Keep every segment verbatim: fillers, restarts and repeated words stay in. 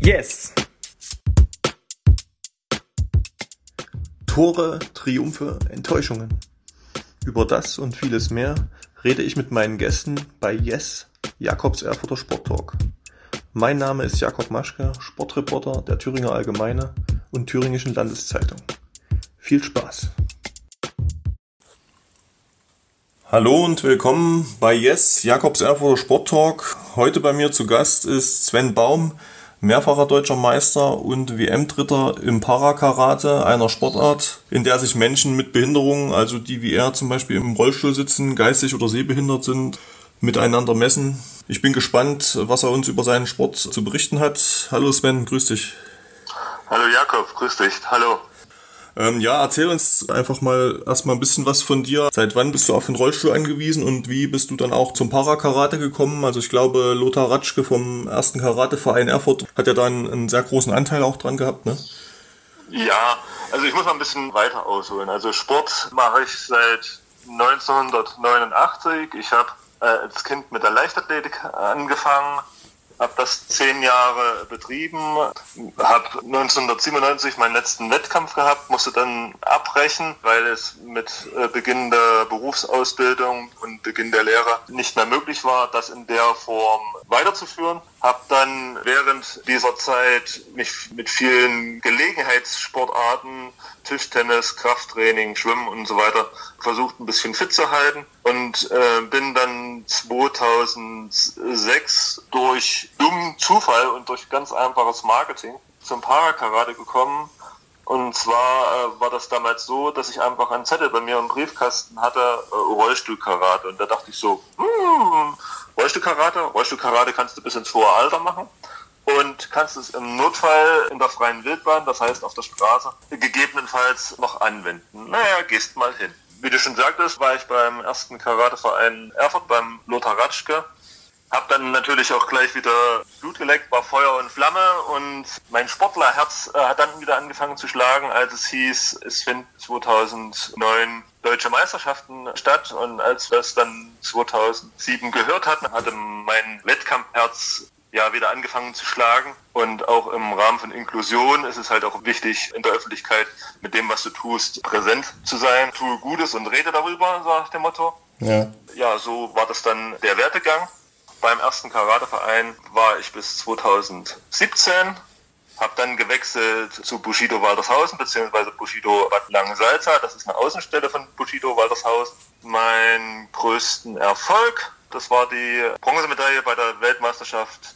Yes! Tore, Triumphe, Enttäuschungen. Über das und vieles mehr rede ich mit meinen Gästen bei Yes, Jakobs Erfurter Sporttalk. Mein Name ist Jakob Maschke, Sportreporter der Thüringer Allgemeine und Thüringischen Landeszeitung. Viel Spaß! Hallo und willkommen bei Yes, Jakobs Erfurter Sporttalk. Heute bei mir zu Gast ist Sven Baum, mehrfacher deutscher Meister und W M-Dritter im Parakarate, einer Sportart, in der sich Menschen mit Behinderungen, also die wie er zum Beispiel im Rollstuhl sitzen, geistig oder sehbehindert sind, miteinander messen. Ich bin gespannt, was er uns über seinen Sport zu berichten hat. Hallo Sven, grüß dich. Hallo Jakob, grüß dich. Hallo. Ähm, ja, erzähl uns einfach mal erstmal ein bisschen was von dir. Seit wann bist du auf den Rollstuhl angewiesen und wie bist du dann auch zum Parakarate gekommen? Also ich glaube, Lothar Ratschke vom ersten Karateverein Erfurt hat ja da einen, einen sehr großen Anteil auch dran gehabt, ne? Ja, also ich muss mal ein bisschen weiter ausholen. Also Sport mache ich seit neunzehnhundertneunundachtzig. Ich habe äh, als Kind mit der Leichtathletik angefangen. Habe das zehn Jahre betrieben, habe neunzehnhundertsiebenundneunzig meinen letzten Wettkampf gehabt, musste dann abbrechen, weil es mit Beginn der Berufsausbildung und Beginn der Lehre nicht mehr möglich war, das in der Form weiterzuführen. Habe dann während dieser Zeit mich mit vielen Gelegenheitssportarten, Tischtennis, Krafttraining, Schwimmen und so weiter versucht, ein bisschen fit zu halten und äh, bin dann zweitausendsechs durch dummen Zufall und durch ganz einfaches Marketing zum Parakarate gekommen. Und zwar äh, war das damals so, dass ich einfach einen Zettel bei mir im Briefkasten hatte, äh, Rollstuhlkarate. Und da dachte ich so, hm, Rollstuhlkarate, Rollstuhlkarate kannst du bis ins hohe Alter machen. Und kannst es im Notfall in der freien Wildbahn, das heißt auf der Straße, gegebenenfalls noch anwenden. Naja, gehst mal hin. Wie du schon sagtest, war ich beim ersten Karateverein Erfurt, beim Lothar Ratschke. Hab dann natürlich auch gleich wieder Blut geleckt, war Feuer und Flamme und mein Sportlerherz äh, hat dann wieder angefangen zu schlagen, als es hieß, es finden zweitausendneun deutsche Meisterschaften statt, und als wir es dann zweitausendsieben gehört hatten, hatte mein Wettkampfherz ja wieder angefangen zu schlagen. Und auch im Rahmen von Inklusion ist es halt auch wichtig, in der Öffentlichkeit mit dem, was du tust, präsent zu sein. Tue Gutes und rede darüber, so nach dem Motto. Ja. Ja, so war das dann der Werdegang. Beim ersten Karateverein war ich bis zweitausendsiebzehn, habe dann gewechselt zu Bushido Waltershausen bzw. Bushido Bad Langensalza. Das ist eine Außenstelle von Bushido Waltershausen. Mein größten Erfolg, das war die Bronzemedaille bei der Weltmeisterschaft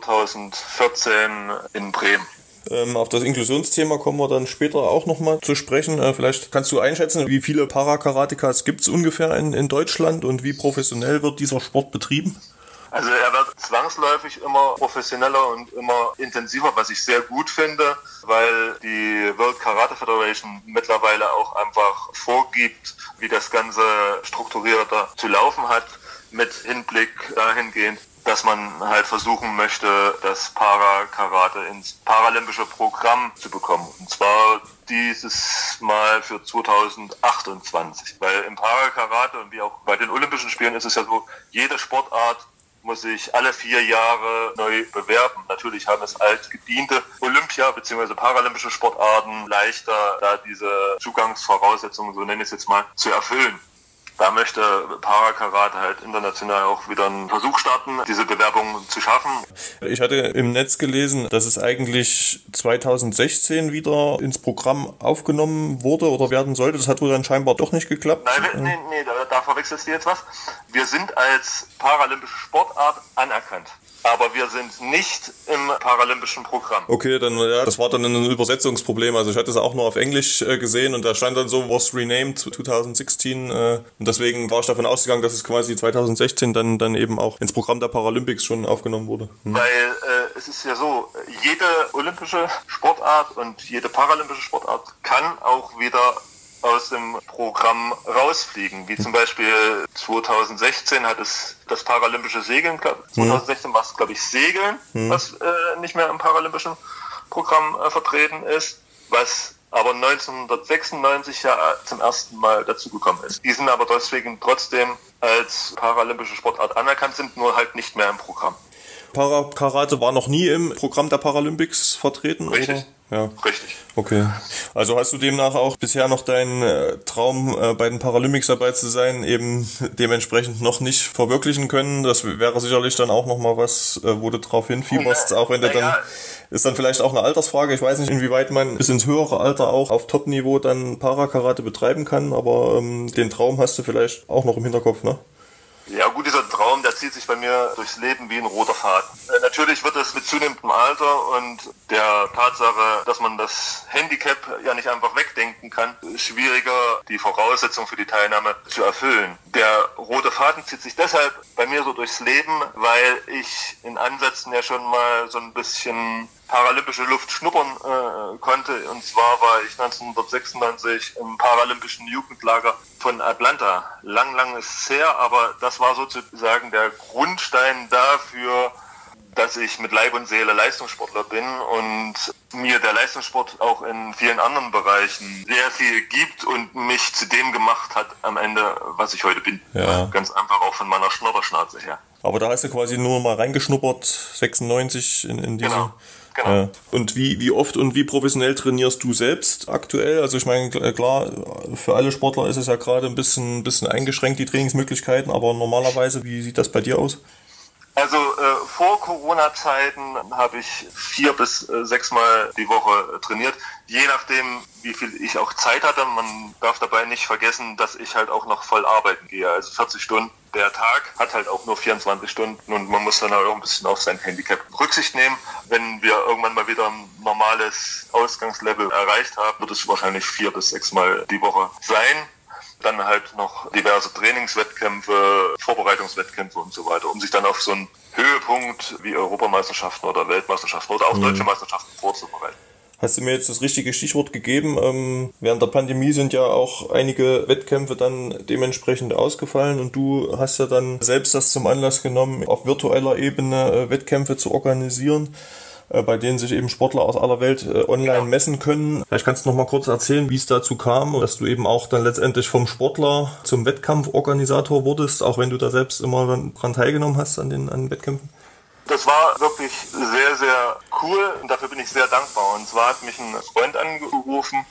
zweitausendvierzehn in Bremen. Ähm, auf das Inklusionsthema kommen wir dann später auch nochmal zu sprechen. Äh, vielleicht kannst du einschätzen, wie viele Parakaratekas gibt es ungefähr in, in Deutschland und wie professionell wird dieser Sport betrieben? Also er wird zwangsläufig immer professioneller und immer intensiver, was ich sehr gut finde, weil die World Karate Federation mittlerweile auch einfach vorgibt, wie das Ganze strukturierter zu laufen hat, mit Hinblick dahingehend, dass man halt versuchen möchte, das Parakarate ins paralympische Programm zu bekommen. Und zwar dieses Mal für zweitausendachtundzwanzig. Weil im Parakarate und wie auch bei den Olympischen Spielen ist es ja so, jede Sportart muss sich alle vier Jahre neu bewerben. Natürlich haben es altgediente Olympia- bzw. paralympische Sportarten leichter, da diese Zugangsvoraussetzungen, so nenne ich es jetzt mal, zu erfüllen. Da möchte Parakarate halt international auch wieder einen Versuch starten, diese Bewerbung zu schaffen. Ich hatte im Netz gelesen, dass es eigentlich zweitausendsechzehn wieder ins Programm aufgenommen wurde oder werden sollte. Das hat wohl dann scheinbar doch nicht geklappt. Nein, nee, nee, da, da verwechselst du jetzt was. Wir sind als paralympische Sportart anerkannt. Aber wir sind nicht im paralympischen Programm. Okay, dann ja, das war dann ein Übersetzungsproblem. Also ich hatte es auch nur auf Englisch äh, gesehen und da stand dann so, was renamed zweitausendsechzehn. Äh, und deswegen war ich davon ausgegangen, dass es quasi zweitausendsechzehn dann dann eben auch ins Programm der Paralympics schon aufgenommen wurde. Hm. Weil äh, es ist ja so, jede olympische Sportart und jede paralympische Sportart kann auch wieder aus dem Programm rausfliegen, wie zum Beispiel zweitausendsechzehn hat es das paralympische Segeln, zweitausendsechzehn war es, glaube ich, Segeln, hm. was äh, nicht mehr im paralympischen Programm äh, vertreten ist, was aber neunzehnhundertsechsundneunzig ja zum ersten Mal dazugekommen ist. Die sind aber deswegen trotzdem als paralympische Sportart anerkannt, sind nur halt nicht mehr im Programm. Parakarate war noch nie im Programm der Paralympics vertreten, Richtig. oder? Ja. Richtig. Okay. Also hast du demnach auch bisher noch deinen äh, Traum, äh, bei den Paralympics dabei zu sein, eben dementsprechend noch nicht verwirklichen können? Das wäre sicherlich dann auch nochmal was, äh, wo du drauf hinfieberst, auch wenn du dann, ist dann vielleicht auch eine Altersfrage. Ich weiß nicht, inwieweit man bis ins höhere Alter auch auf Top-Niveau dann Parakarate betreiben kann, aber ähm, den Traum hast du vielleicht auch noch im Hinterkopf, ne? Ja gut, dieser Traum, der zieht sich bei mir durchs Leben wie ein roter Faden. Äh, natürlich wird es mit zunehmendem Alter und der Tatsache, dass man das Handicap ja nicht einfach wegdenken kann, schwieriger, die Voraussetzungen für die Teilnahme zu erfüllen. Der rote Faden zieht sich deshalb bei mir so durchs Leben, weil ich in Ansätzen ja schon mal so ein bisschen paralympische Luft schnuppern äh, konnte. Und zwar war ich neunzehnhundertsechsundneunzig im paralympischen Jugendlager von Atlanta. Lang, lang ist es her, aber das war sozusagen der Grundstein dafür, dass ich mit Leib und Seele Leistungssportler bin und mir der Leistungssport auch in vielen anderen Bereichen sehr viel gibt und mich zu dem gemacht hat am Ende, was ich heute bin. Ja. Ganz einfach auch von meiner Schnodderschnauze her. Aber da hast du quasi nur mal reingeschnuppert, sechsundneunzig in, in diese... Genau. Genau. Ja. Und wie, wie oft und wie professionell trainierst du selbst aktuell? Also ich meine, klar, für alle Sportler ist es ja gerade ein bisschen, bisschen eingeschränkt, die Trainingsmöglichkeiten, aber normalerweise, wie sieht das bei dir aus? Also äh, vor Corona-Zeiten habe ich vier bis äh, sechs Mal die Woche trainiert, je nachdem, wie viel ich auch Zeit hatte. Man darf dabei nicht vergessen, dass ich halt auch noch voll arbeiten gehe, also vierzig Stunden. Der Tag hat halt auch nur vierundzwanzig Stunden und man muss dann halt auch ein bisschen auf sein Handicap Rücksicht nehmen. Wenn wir irgendwann mal wieder ein normales Ausgangslevel erreicht haben, wird es wahrscheinlich vier bis sechs Mal die Woche sein. Dann halt noch diverse Trainingswettkämpfe, Vorbereitungswettkämpfe und so weiter, um sich dann auf so einen Höhepunkt wie Europameisterschaften oder Weltmeisterschaften oder auch Mhm. deutsche Meisterschaften vorzubereiten. Hast du mir jetzt das richtige Stichwort gegeben? Ähm, während der Pandemie sind ja auch einige Wettkämpfe dann dementsprechend ausgefallen und du hast ja dann selbst das zum Anlass genommen, auf virtueller Ebene äh, Wettkämpfe zu organisieren, äh, bei denen sich eben Sportler aus aller Welt äh, online Genau. messen können. Vielleicht kannst du noch mal kurz erzählen, wie es dazu kam, dass du eben auch dann letztendlich vom Sportler zum Wettkampforganisator wurdest, auch wenn du da selbst immer dann dran teilgenommen hast an den, an den Wettkämpfen. Das war wirklich sehr, sehr cool und dafür bin ich sehr dankbar. Und zwar hat mich ein Freund angerufen,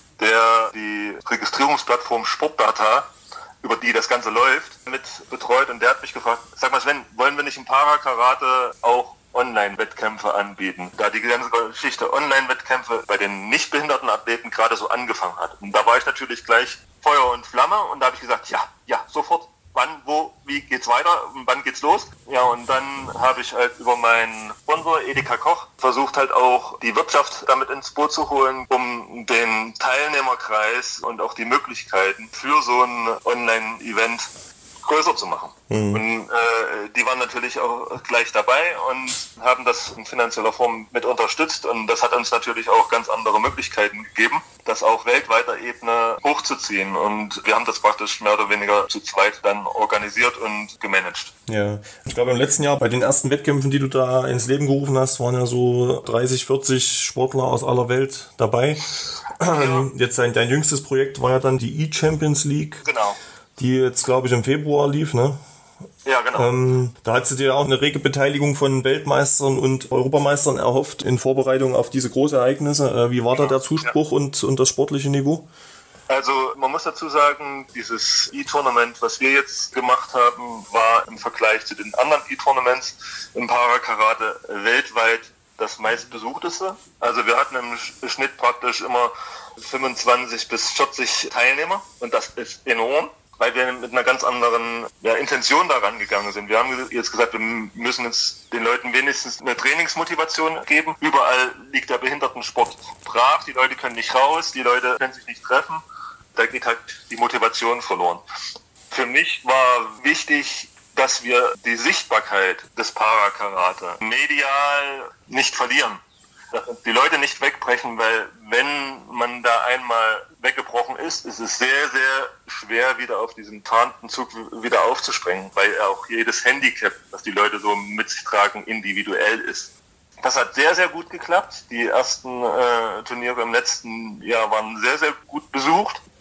der die Registrierungsplattform Sportdata, über die das Ganze läuft, mit betreut. Und der hat mich gefragt, sag mal Sven, wollen wir nicht im Parakarate auch Online-Wettkämpfe anbieten? Da die ganze Geschichte Online-Wettkämpfe bei den nicht behinderten Athleten gerade so angefangen hat. Und da war ich natürlich gleich Feuer und Flamme und da habe ich gesagt, ja, ja, sofort. Wann, wo, wie geht's weiter, wann geht's los? Ja, und dann habe ich halt über meinen Sponsor Edeka Koch versucht halt auch die Wirtschaft damit ins Boot zu holen, um den Teilnehmerkreis und auch die Möglichkeiten für so ein Online-Event größer zu machen. Mhm. Und äh, die waren natürlich auch gleich dabei und haben das in finanzieller Form mit unterstützt und das hat uns natürlich auch ganz andere Möglichkeiten gegeben, das auf weltweiter Ebene hochzuziehen und wir haben das praktisch mehr oder weniger zu zweit dann organisiert und gemanagt. Ja, ich glaube im letzten Jahr bei den ersten Wettkämpfen, die du da ins Leben gerufen hast, waren ja so dreißig, vierzig Sportler aus aller Welt dabei. Ja. Jetzt dein, dein jüngstes Projekt war ja dann die E-Champions League. Genau. Die jetzt, glaube ich, im Februar lief, ne? Ja, genau. Ähm, da hat sie dir auch eine rege Beteiligung von Weltmeistern und Europameistern erhofft in Vorbereitung auf diese Großereignisse. Äh, wie war da der Zuspruch ja. und, und das sportliche Niveau? Also man muss dazu sagen, dieses E-Tournament, was wir jetzt gemacht haben, war im Vergleich zu den anderen E-Tournaments im Parakarate weltweit das meistbesuchteste. Also wir hatten im Schnitt praktisch immer fünfundzwanzig bis vierzig Teilnehmer und das ist enorm, weil wir mit einer ganz anderen ja, Intention daran gegangen sind. Wir haben jetzt gesagt, wir müssen jetzt den Leuten wenigstens eine Trainingsmotivation geben. Überall liegt der Behindertensport brach, die Leute können nicht raus, die Leute können sich nicht treffen. Da geht halt die Motivation verloren. Für mich war wichtig, dass wir die Sichtbarkeit des Parakarate medial nicht verlieren. Dass die Leute nicht wegbrechen, weil wenn man da einmal weggebrochen ist, ist es sehr, sehr schwer, wieder auf diesen fahrenden Zug wieder aufzuspringen, weil auch jedes Handicap, das die Leute so mit sich tragen, individuell ist. Das hat sehr, sehr gut geklappt. Die ersten äh, Turniere im letzten Jahr waren sehr, sehr gut besucht.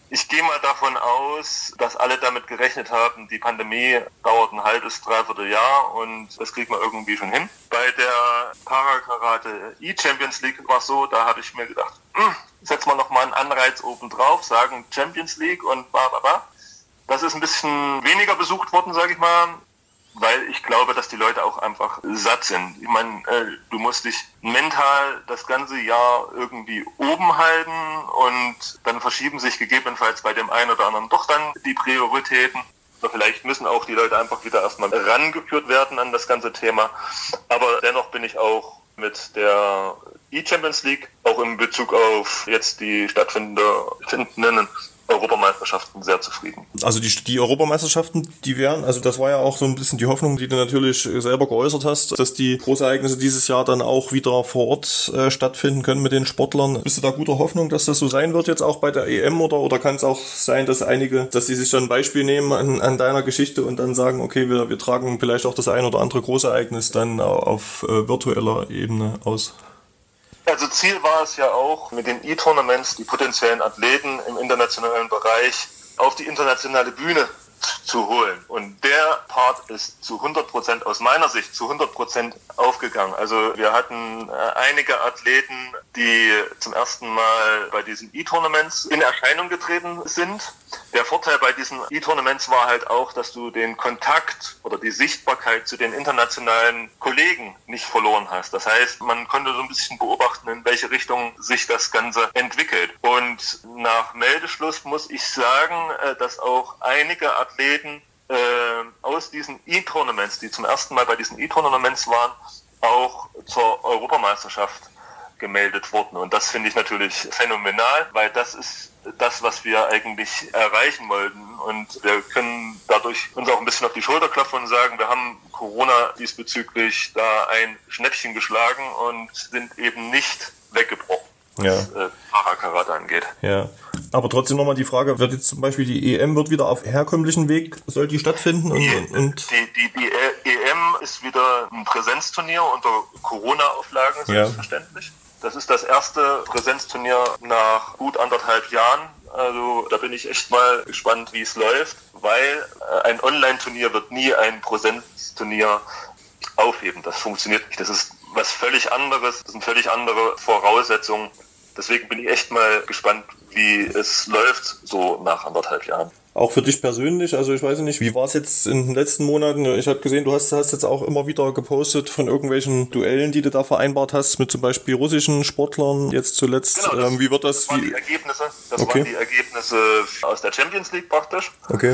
Ich gehe mal davon aus, dass alle damit gerechnet haben, die Pandemie dauert ein halbes, dreiviertel Jahr und das kriegt man irgendwie schon hin. Bei der Parakarate E-Champions League war es so, da habe ich mir gedacht, hm, setzen wir nochmal einen Anreiz oben drauf, sagen Champions League und bla bla bla. Das ist ein bisschen weniger besucht worden, sage ich mal, weil ich glaube, dass die Leute auch einfach satt sind. Ich meine, äh, du musst dich mental das ganze Jahr irgendwie oben halten und dann verschieben sich gegebenenfalls bei dem einen oder anderen doch dann die Prioritäten. Oder vielleicht müssen auch die Leute einfach wieder erstmal rangeführt werden an das ganze Thema. Aber dennoch bin ich auch mit der E-Champions League, auch in Bezug auf jetzt die stattfindenden Europameisterschaften sehr zufrieden. Also die, die Europameisterschaften, die wären, also das war ja auch so ein bisschen die Hoffnung, die du natürlich selber geäußert hast, dass die Großereignisse dieses Jahr dann auch wieder vor Ort äh, stattfinden können mit den Sportlern. Bist du da guter Hoffnung, dass das so sein wird jetzt auch bei der E M oder, oder kann es auch sein, dass einige, dass die sich dann ein Beispiel nehmen an, an deiner Geschichte und dann sagen, okay, wir, wir tragen vielleicht auch das ein oder andere Großereignis dann auf äh, virtueller Ebene aus? Also Ziel war es ja auch, mit den E-Tournaments die potenziellen Athleten im internationalen Bereich auf die internationale Bühne zu holen. Und der Part ist zu hundert Prozent aus meiner Sicht zu hundert Prozent aufgegangen. Also wir hatten äh, einige Athleten, die zum ersten Mal bei diesen E-Tournaments in Erscheinung getreten sind. Der Vorteil bei diesen E-Tournaments war halt auch, dass du den Kontakt oder die Sichtbarkeit zu den internationalen Kollegen nicht verloren hast. Das heißt, man konnte so ein bisschen beobachten, in welche Richtung sich das Ganze entwickelt. Und nach Meldeschluss muss ich sagen, dass auch einige Athleten äh, aus diesen E-Tournaments, die zum ersten Mal bei diesen E-Tournaments waren, auch zur Europameisterschaft gemeldet wurden. Und das finde ich natürlich phänomenal, weil das ist das, was wir eigentlich erreichen wollten. Und wir können dadurch uns auch ein bisschen auf die Schulter klopfen und sagen, wir haben Corona diesbezüglich da ein Schnäppchen geschlagen und sind eben nicht weggebrochen, was ja. äh, Parakarate angeht. Ja. Aber trotzdem nochmal die Frage, wird jetzt zum Beispiel die E M wird wieder auf herkömmlichen Weg, soll die stattfinden? Und, die, und die, die, die E M ist wieder ein Präsenzturnier unter Corona-Auflagen, selbstverständlich. Ja. Das ist das erste Präsenzturnier nach gut anderthalb Jahren. Also da bin ich echt mal gespannt, wie es läuft, weil ein Online-Turnier wird nie ein Präsenzturnier aufheben. Das funktioniert nicht. Das ist was völlig anderes. Das sind völlig andere Voraussetzungen. Deswegen bin ich echt mal gespannt, wie es läuft, so nach anderthalb Jahren. Auch für dich persönlich, also ich weiß nicht, wie war es jetzt in den letzten Monaten? Ich habe gesehen, du hast, hast jetzt auch immer wieder gepostet von irgendwelchen Duellen, die du da vereinbart hast, mit zum Beispiel russischen Sportlern, jetzt zuletzt. Genau, das, ähm, wie wird das? Das waren wie? die Ergebnisse, das okay. waren die Ergebnisse aus der Champions League praktisch. Okay.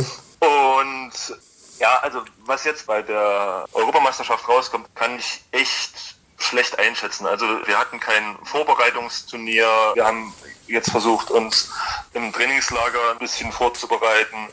Und ja, also was jetzt bei der Europameisterschaft rauskommt, kann ich echt schlecht einschätzen. Also wir hatten kein Vorbereitungsturnier, wir haben jetzt versucht, uns im Trainingslager ein bisschen vorzubereiten.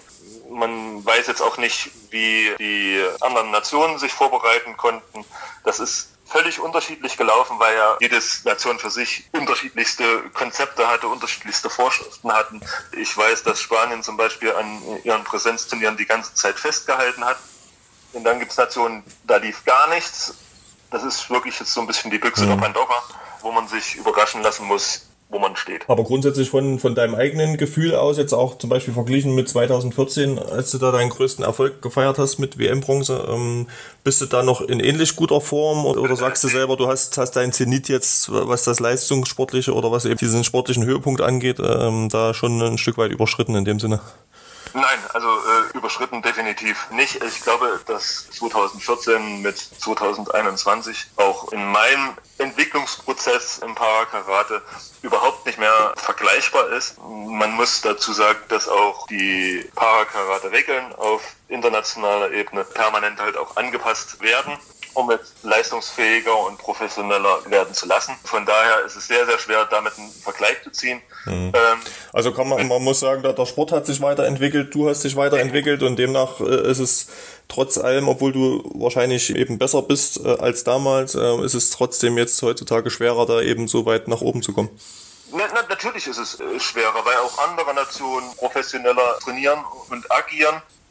Man weiß jetzt auch nicht, wie die anderen Nationen sich vorbereiten konnten. Das ist völlig unterschiedlich gelaufen, weil ja jedes Nation für sich unterschiedlichste Konzepte hatte, unterschiedlichste Vorschriften hatten. Ich weiß, dass Spanien zum Beispiel an ihren Präsenzturnieren die ganze Zeit festgehalten hat. Und dann gibt es Nationen, da lief gar nichts. Das ist wirklich jetzt so ein bisschen die Büchse der Pandora, wo man sich überraschen lassen muss, wo man steht. Aber grundsätzlich von, von deinem eigenen Gefühl aus, jetzt auch zum Beispiel verglichen mit zwanzig vierzehn, als du da deinen größten Erfolg gefeiert hast mit W M-Bronze, ähm, bist du da noch in ähnlich guter Form oder, oder sagst du selber, du hast, hast deinen Zenit jetzt, was das Leistungssportliche oder was eben diesen sportlichen Höhepunkt angeht, ähm, da schon ein Stück weit überschritten in dem Sinne? Nein, also äh, überschritten definitiv nicht. Ich glaube, dass zwanzig vierzehn mit zwanzig einundzwanzig auch in meinem Entwicklungsprozess im Parakarate überhaupt nicht mehr vergleichbar ist. Man muss dazu sagen, dass auch die Parakarate-Regeln auf internationaler Ebene permanent halt auch angepasst werden, um es leistungsfähiger und professioneller werden zu lassen. Von daher ist es sehr, sehr schwer, damit einen Vergleich zu ziehen. Mhm. Ähm, also kann man, man muss sagen, der Sport hat sich weiterentwickelt, du hast dich weiterentwickelt und demnach äh, ist es trotz allem, obwohl du wahrscheinlich eben besser bist äh, als damals, äh, ist es trotzdem jetzt heutzutage schwerer, da eben so weit nach oben zu kommen. Na, na, natürlich ist es äh, schwerer, weil auch andere Nationen professioneller trainieren und agieren.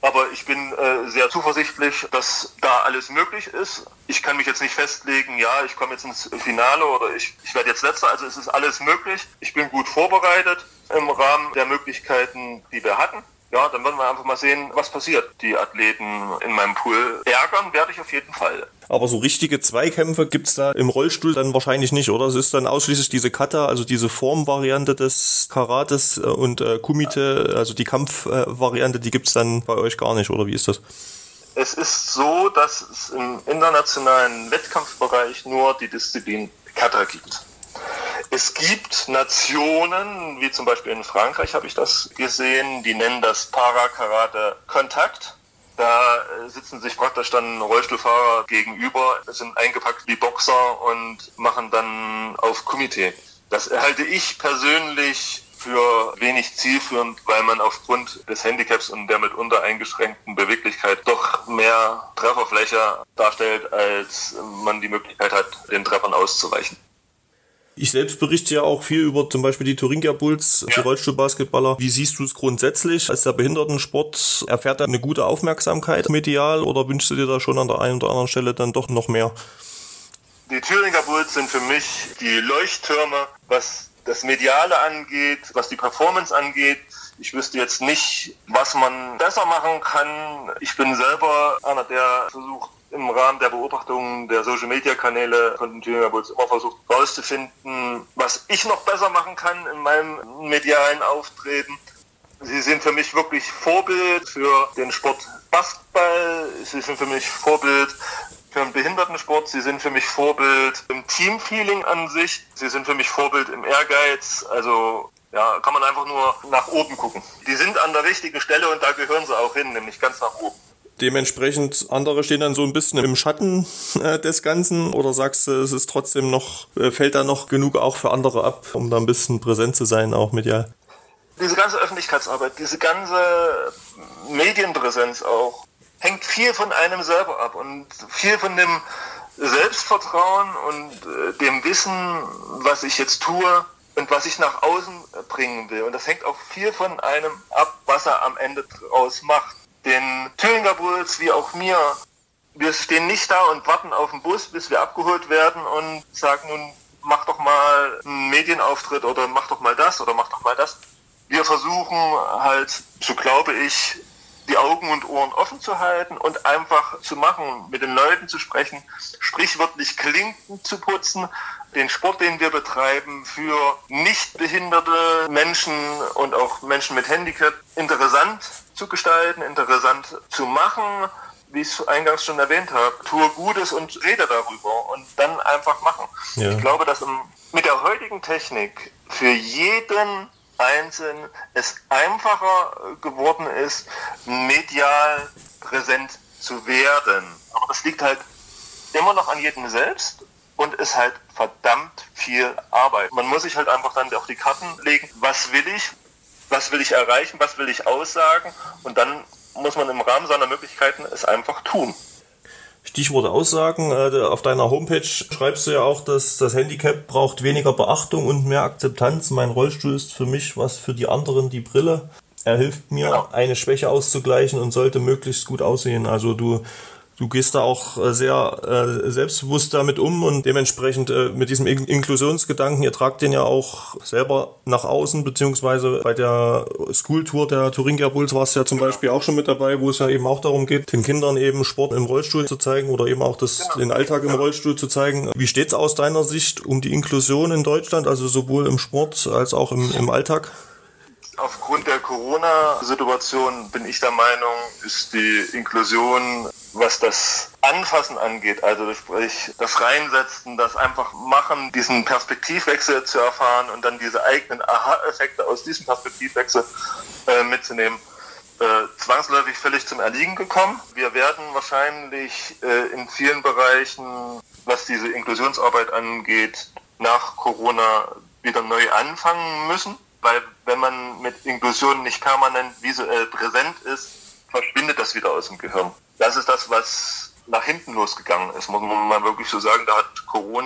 Aber ich bin äh, sehr zuversichtlich, dass da alles möglich ist. Ich kann mich jetzt nicht festlegen, ja, ich komme jetzt ins Finale oder ich, ich werde jetzt Letzter. Also es ist alles möglich. Ich bin gut vorbereitet im Rahmen der Möglichkeiten, die wir hatten. Ja, dann werden wir einfach mal sehen, was passiert. Die Athleten in meinem Pool ärgern werde ich auf jeden Fall. Aber so richtige Zweikämpfe gibt's da im Rollstuhl dann wahrscheinlich nicht, oder? Es ist dann ausschließlich diese Kata, also diese Formvariante des Karates und äh, Kumite, also die Kampfvariante, die gibt's dann bei euch gar nicht, oder wie ist das? Es ist so, dass es im internationalen Wettkampfbereich nur die Disziplin Kata gibt. Es gibt Nationen, wie zum Beispiel in Frankreich habe ich das gesehen, die nennen das Para-Karate-Kontakt. Da sitzen sich praktisch dann Rollstuhlfahrer gegenüber, sind eingepackt wie Boxer und machen dann auf Kumite. Das halte ich persönlich für wenig zielführend, weil man aufgrund des Handicaps und der mitunter eingeschränkten Beweglichkeit doch mehr Trefferfläche darstellt, als man die Möglichkeit hat, den Treffern auszuweichen. Ich selbst berichte ja auch viel über zum Beispiel die Thuringia Bulls, ja. Die Rollstuhlbasketballer. Wie siehst du es grundsätzlich? Als der Behindertensport, erfährt er eine gute Aufmerksamkeit medial oder wünschst du dir da schon an der einen oder anderen Stelle dann doch noch mehr? Die Thuringia Bulls sind für mich die Leuchttürme, was das Mediale angeht, was die Performance angeht. Ich wüsste jetzt nicht, was man besser machen kann. Ich bin selber einer, der versucht, im Rahmen der Beobachtung der Social-Media-Kanäle von den Thuringia Bulls immer versucht herauszufinden, was ich noch besser machen kann in meinem medialen Auftreten. Sie sind für mich wirklich Vorbild für den Sport Basketball. Sie sind für mich Vorbild für den Behindertensport. Sie sind für mich Vorbild im Teamfeeling an sich. Sie sind für mich Vorbild im Ehrgeiz. Also ja, kann man einfach nur nach oben gucken. Die sind an der richtigen Stelle und da gehören sie auch hin, nämlich ganz nach oben. Dementsprechend, andere stehen dann so ein bisschen im Schatten äh, des Ganzen, oder sagst du, es ist trotzdem noch, äh, fällt da noch genug auch für andere ab, um da ein bisschen präsent zu sein, auch medial? Diese ganze Öffentlichkeitsarbeit, diese ganze Medienpräsenz auch, hängt viel von einem selber ab und viel von dem Selbstvertrauen und äh, dem Wissen, was ich jetzt tue und was ich nach außen bringen will. Und das hängt auch viel von einem ab, was er am Ende draus macht. Den Thuringia Bulls wie auch mir, wir stehen nicht da und warten auf den Bus, bis wir abgeholt werden und sagen, nun mach doch mal einen Medienauftritt oder mach doch mal das oder mach doch mal das. Wir versuchen halt, so glaube ich, die Augen und Ohren offen zu halten und einfach zu machen, mit den Leuten zu sprechen, sprichwörtlich Klinken zu putzen, den Sport, den wir betreiben, für nicht behinderte Menschen und auch Menschen mit Handicap interessant zu gestalten, interessant zu machen, wie ich es eingangs schon erwähnt habe. Tue Gutes und rede darüber und dann einfach machen. Ja. Ich glaube, dass mit der heutigen Technik für jeden Einzelnen es einfacher geworden ist, medial präsent zu werden. Aber das liegt halt immer noch an jedem selbst und ist halt verdammt viel Arbeit. Man muss sich halt einfach dann auf die Karten legen, was will ich, was will ich erreichen, was will ich aussagen, und dann muss man im Rahmen seiner Möglichkeiten es einfach tun. Stichwort Aussagen, auf deiner Homepage schreibst du ja auch, dass das Handicap braucht weniger Beachtung und mehr Akzeptanz. Mein Rollstuhl ist für mich was für die anderen die Brille. Er hilft mir, genau, eine Schwäche auszugleichen und sollte möglichst gut aussehen. Also du Du gehst da auch sehr äh, selbstbewusst damit um und dementsprechend äh, mit diesem In- Inklusionsgedanken, ihr tragt den ja auch selber nach außen, beziehungsweise bei der Schooltour der Thuringia Bulls warst du ja zum Beispiel auch schon mit dabei, wo es ja eben auch darum geht, den Kindern eben Sport im Rollstuhl zu zeigen oder eben auch das, genau, den Alltag im Rollstuhl zu zeigen. Wie steht's aus deiner Sicht um die Inklusion in Deutschland, also sowohl im Sport als auch im, im Alltag? Aufgrund der Corona-Situation bin ich der Meinung, ist die Inklusion, was das Anfassen angeht, also sprich das Reinsetzen, das einfach Machen, diesen Perspektivwechsel zu erfahren und dann diese eigenen Aha-Effekte aus diesem Perspektivwechsel äh, mitzunehmen, äh, zwangsläufig völlig zum Erliegen gekommen. Wir werden wahrscheinlich äh, in vielen Bereichen, was diese Inklusionsarbeit angeht, nach Corona wieder neu anfangen müssen. Weil wenn man mit Inklusion nicht permanent visuell präsent ist, verschwindet das wieder aus dem Gehirn. Das ist das, was nach hinten losgegangen ist, muss man mal wirklich so sagen. Da hat Corona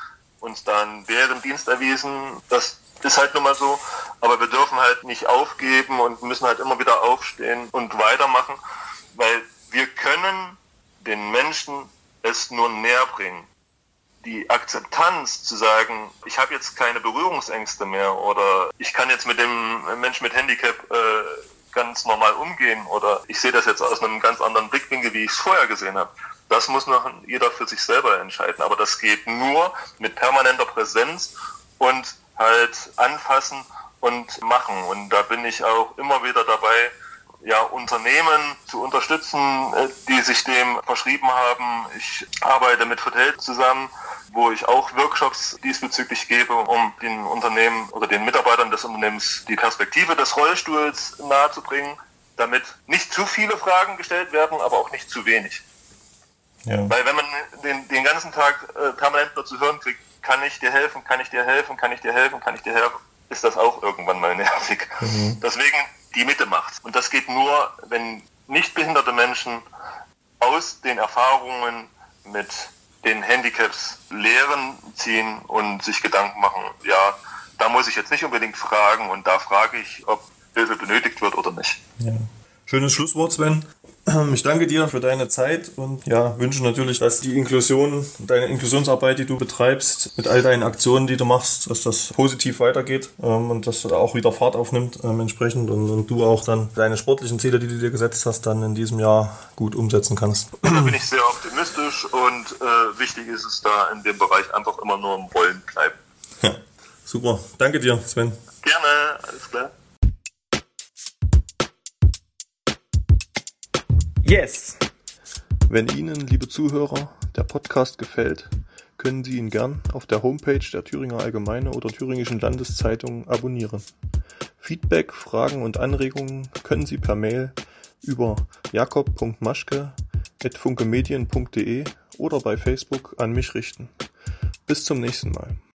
uns da einen Bärendienst erwiesen. Das ist halt nun mal so. Aber wir dürfen halt nicht aufgeben und müssen halt immer wieder aufstehen und weitermachen. weil wir können den Menschen es nur näher bringen. Die Akzeptanz zu sagen, ich habe jetzt keine Berührungsängste mehr oder ich kann jetzt mit dem Menschen mit Handicap äh, ganz normal umgehen oder ich sehe das jetzt aus einem ganz anderen Blickwinkel, wie ich es vorher gesehen habe. Das muss noch jeder für sich selber entscheiden. Aber das geht nur mit permanenter Präsenz und halt anfassen und machen. Und da bin ich auch immer wieder dabei, ja, Unternehmen zu unterstützen, die sich dem verschrieben haben. Ich arbeite mit Hotel zusammen, wo ich auch Workshops diesbezüglich gebe, um den Unternehmen oder den Mitarbeitern des Unternehmens die Perspektive des Rollstuhls nahezubringen, damit nicht zu viele Fragen gestellt werden, aber auch nicht zu wenig. Ja. Weil wenn man den, den ganzen Tag äh, permanent nur zu hören kriegt, kann ich dir helfen, kann ich dir helfen, kann ich dir helfen, kann ich dir helfen, ist das auch irgendwann mal nervig. Mhm. Deswegen die Mitte macht's. Und das geht nur, wenn nicht behinderte Menschen aus den Erfahrungen mit den Handicaps Lehren ziehen und sich Gedanken machen, ja, da muss ich jetzt nicht unbedingt fragen und da frage ich, ob Hilfe benötigt wird oder nicht. Ja. Schönes Schlusswort, Sven. Ich danke dir für deine Zeit und ja, wünsche natürlich, dass die Inklusion, deine Inklusionsarbeit, die du betreibst, mit all deinen Aktionen, die du machst, dass das positiv weitergeht ähm, und dass da auch wieder Fahrt aufnimmt ähm, entsprechend und, und du auch dann deine sportlichen Ziele, die du dir gesetzt hast, dann in diesem Jahr gut umsetzen kannst. Da bin ich sehr optimistisch und äh, wichtig ist es da in dem Bereich einfach immer nur im Rollen bleiben. Ja, super. Danke dir, Sven. Gerne, alles klar. Yes! Wenn Ihnen, liebe Zuhörer, der Podcast gefällt, können Sie ihn gern auf der Homepage der Thüringer Allgemeine oder Thüringischen Landeszeitung abonnieren. Feedback, Fragen und Anregungen können Sie per Mail über jakob punkt maschke at funkemedien punkt de oder bei Facebook an mich richten. Bis zum nächsten Mal.